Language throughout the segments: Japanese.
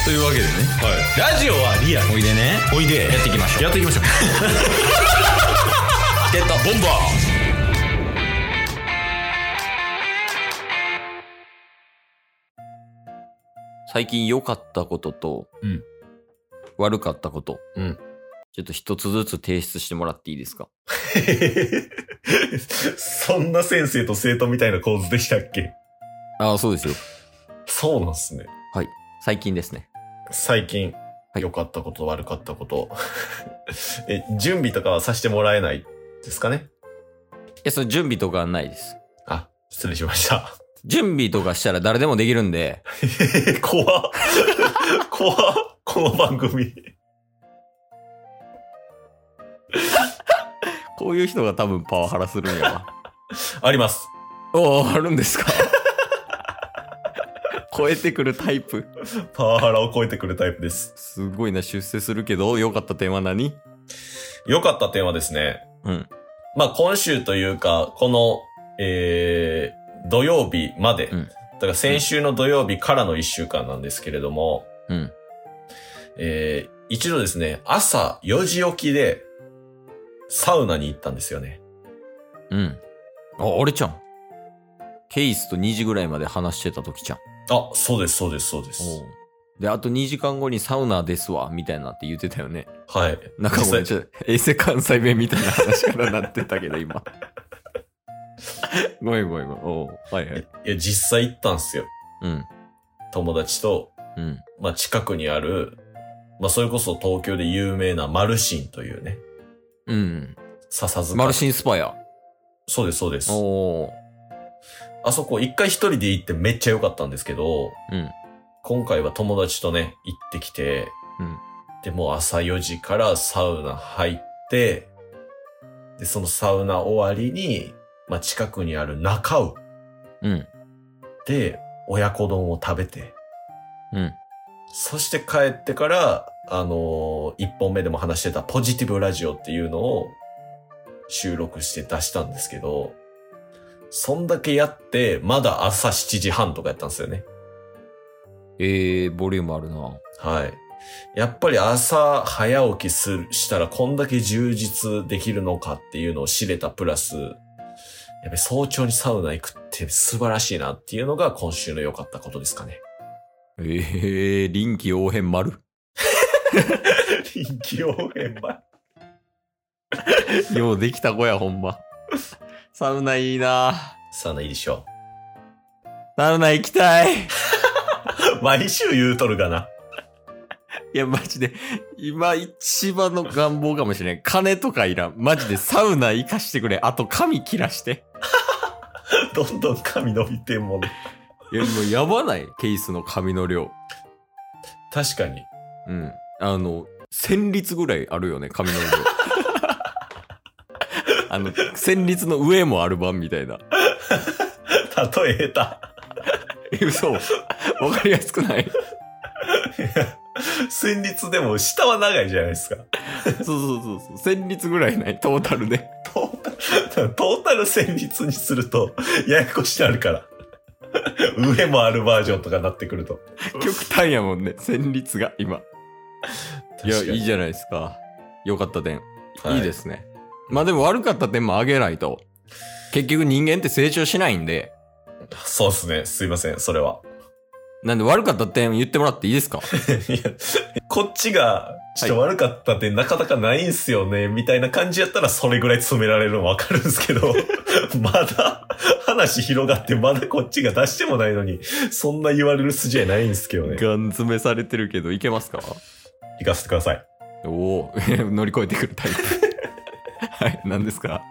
というわけでね、 はい、ラジオはリアル。 おいでね、 おいでやっていきましょう。 やっていきましょう。 ゲットボンバー。最近良かったことと、 うん、 悪かったこと、 うん、 ちょっと一つずつ提出してもらっていいですか？ そんな先生と生徒みたいな構図でしたっけ？ ああ、そうですよ。 そうなんすね。 はい。最近ですね。 最近、 はい良かったこと、悪かったこと。準備とかはさせてもらえないですかね？ いや、それ準備とかはないです。 あ、失礼しました。 準備とかしたら誰でもできるんで。 怖っ。怖っ。この番組。 こういう人が多分パワハラするんやわ。 あります。 おー、あるんですか？超えてくるタイプ。 パワハラを超えてくるタイプです。 すごいな、出世するけど、良かった点は何？ 良かった点はですね、 うん。 まあ今週というか、この、土曜日まで、 うん、 だから先週の土曜日からの1週間なんですけれども、 うん。 一度ですね、朝4時起きで、サウナに行ったんですよね。 うん。あれちゃん。ケイスと2時ぐらいまで話してた時ちゃん。 あ、そうです、そうです、そうです。 で、あと2時間後にサウナですわ、みたいなって言ってたよね。 はい。 なんかごめん、ちょっと、衛星関西弁みたいな話からなってたけど、今。ごめん。はいはい。 いや、実際行ったんすよ。 うん。 友達と、 うん。 まあ近くにある、まあそれこそ東京で有名なマルシンというね。 うん。 笹塚。 マルシンスパイア。 そうです、そうです。 おー。 あそこ一回一人で行ってめっちゃ良かったんですけど、 うん。 今回は友達とね、行ってきて、 うん。 で、もう朝4時からサウナ入って、で、そのサウナ終わりに、まあ、近くにある中尾うん。 で、親子丼を食べて、 うん。 そして帰ってから、一本目でも話してたポジティブラジオっていうのを収録して出したんですけど、そんだけやって、まだ朝7時半とかやったんですよね。 ボリュームあるな。 はい。やっぱり朝早起きしたらこんだけ充実できるのかっていうのを知れたプラス、やっぱり早朝にサウナ行くって素晴らしいなっていうのが今週の良かったことですかね。 臨機応変丸。 臨機応変丸。 ようできた子や、ほんま。サウナいいな。 サウナいいでしょサウナ行きたい。 毎週言うとるがな。 いや、マジで、今一番の願望かもしれん。金とかいらん。マジでサウナ行かしてくれ。あと髪切らして。 どんどん髪伸びてんもんね。 いや、もうやばないケースの髪の量。 確かに。 うん。1000率ぐらいあるよね、髪の量。1000率の上もある版みたいな。 例え下嘘。わかりやすくない？ 戦律でも下は長いじゃないですか。 そう。1000率ぐらいない、トータルで。 トータル戦律にすると、ややこしくなるから。上もあるバージョンとかなってくると。 極端やもんね、1000率が今。いや、いいじゃないですか。良かった点。いいですね。まあでも悪かった点もあげないと。結局人間って成長しないんで。 そうですね。すいません、それは。 なんで悪かった点言ってもらっていいですか？ いや、こっちが、ちょっと悪かった点なかなかないんすよね、みたいな感じやったらそれぐらい詰められるのわかるんですけど、まだ話広がってまだこっちが出してもないのに、そんな言われる筋合いないんですけどね。 ガン詰めされてるけどいけますか？ 行かせてください。 おお、乗り越えてくるタイプ。はい、何ですか？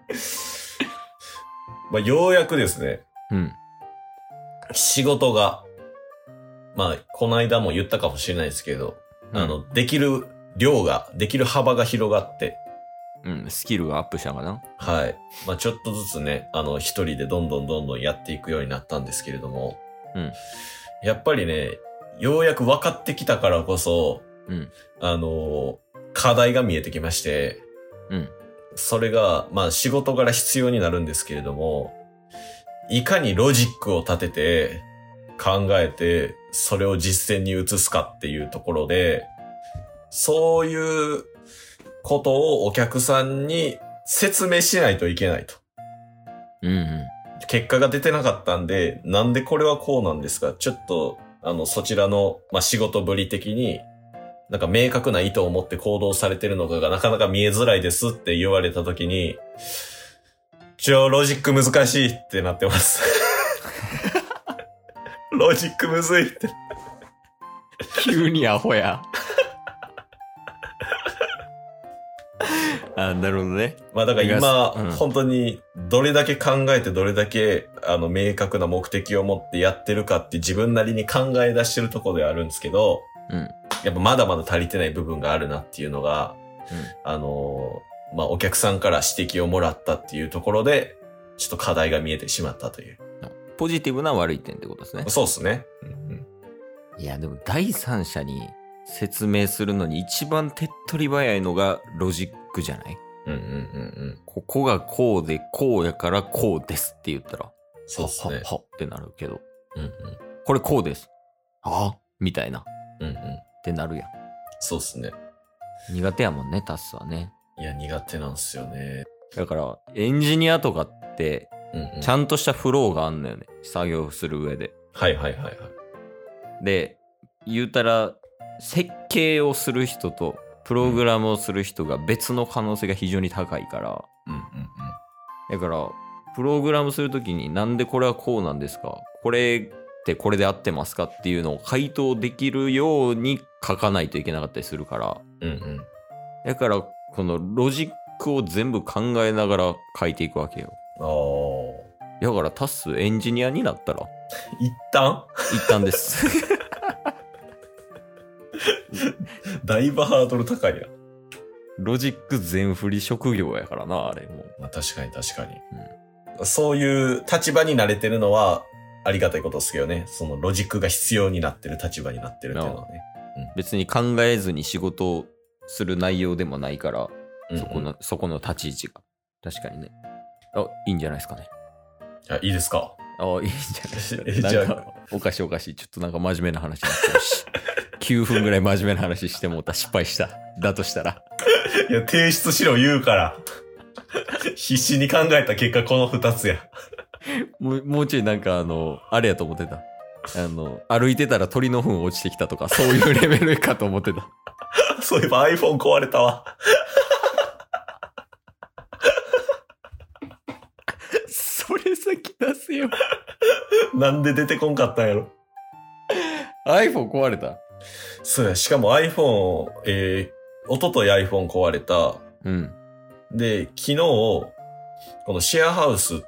まあ、ようやくですね、 うん。 仕事が、まあ、この間も言ったかもしれないですけど、できる量が、できる幅が広がって、 うん、スキルがアップしたかな。 はい。まあ、ちょっとずつね、一人でどんどんやっていくようになったんですけれども、 うん。 やっぱりね、ようやく分かってきたからこそ、 うん。 課題が見えてきまして、 うん。 それが、まあ、仕事柄必要になるんですけれども、いかにロジックを立てて、 考えて、それを実践に移すかっていうところで、そういうことをお客さんに説明しないといけないと。 うんうん。 結果が出てなかったんで、なんでこれはこうなんですか？ちょっと、そちらの、仕事ぶり的に、なんか明確な意図を持って行動されてるのかがなかなか見えづらいですって言われたときに、ロジック難しいってなってます。ロジックむずいって。 急にアホや。なるほどね。 だから今、本当にどれだけ考えてどれだけ明確な目的を持ってやってるかって自分なりに考え出してるところではあるんですけど、やっぱまだまだ足りてない部分があるなっていうのが、お客さんから指摘をもらったっていうところで、ちょっと課題が見えてしまったという。 ポジティブな悪い点ってことですね。 そうですね。 いや、でも第三者に説明するのに一番手っ取り早いのがロジックじゃない？ここがこうでこうやからこうですって言ったら、 そうですね。 はってなるけど、これこうです。みたいな。ってなるやん。 そうっすね。 苦手やもんね、タスはね。 いや、苦手なんすよね。 だから、エンジニアとかって、ちゃんとしたフローがあんのよね。作業する上で。で、言うたら、設計をする人と、プログラムをする人が別の可能性が非常に高いから。だから、プログラムするときになんでこれはこうなんですか？これってこれで合ってますかっていうのを回答できるように書かないといけなかったりするから。だから、このロジックを全部考えながら書いていくわけよ。だからタスエンジニアになったら一旦ですだいぶハードル高いや。 ロジック全振り職業やからな、あれも。 確かに、そういう立場に慣れてるのはありがたいことですけどね。そのロジックが必要になってる立場になってるっていうのはね。 別に考えずに仕事をする内容でもないから、そこの立ち位置が。確かにね。いいんじゃないですかね。 いいですか？ いいんじゃないですか。なんかおかしい。ちょっとなんか真面目な話になってるし。9分ぐらい真面目な話しても失敗した。だとしたら。 いや、提出しろ言うから。必死に考えた結果この2つや。 もうちょいなんかあれやと思ってた。歩いてたら鳥の糞落ちてきたとか、そういうレベルかと思ってた。 そういえば iPhone 壊れたわ。 それ先出すよ。 なんで出てこんかったんやろ。 iPhone 壊れた？ そうや、しかも iPhone、一昨日 iPhone 壊れた。で、昨日、このシェアハウスって、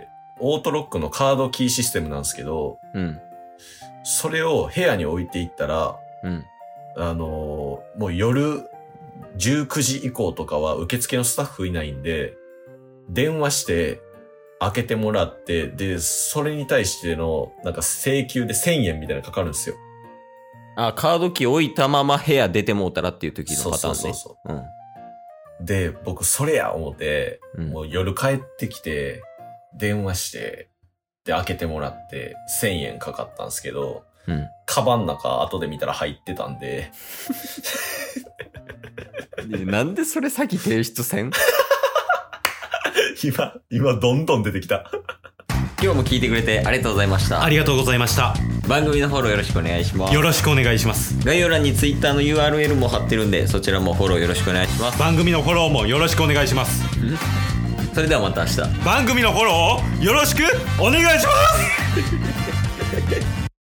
オートロックのカードキーシステムなんですけど、それを部屋に置いていったら、もう夜19時以降とかは受付のスタッフいないんで、電話して開けてもらって、で、それに対してのなんか請求で1000円みたいなのかかるんですよ。 カードキー置いたまま部屋出てもうたらっていう時のパターンね。 そう。で、僕それや思って、もう夜帰ってきて、電話して、で、開けてもらって、1000円かかったんですけど、カバンの中後で見たら入ってたんで。 なんでそれ先提出せん？ 今どんどん出てきた。 今日も聞いてくれてありがとうございました。 ありがとうございました。 番組のフォローよろしくお願いします。 よろしくお願いします。 概要欄に Twitter の URL も貼ってるんで、そちらもフォローよろしくお願いします。 番組のフォローもよろしくお願いします。 それではまた明日。 番組のフォローをよろしくお願いします。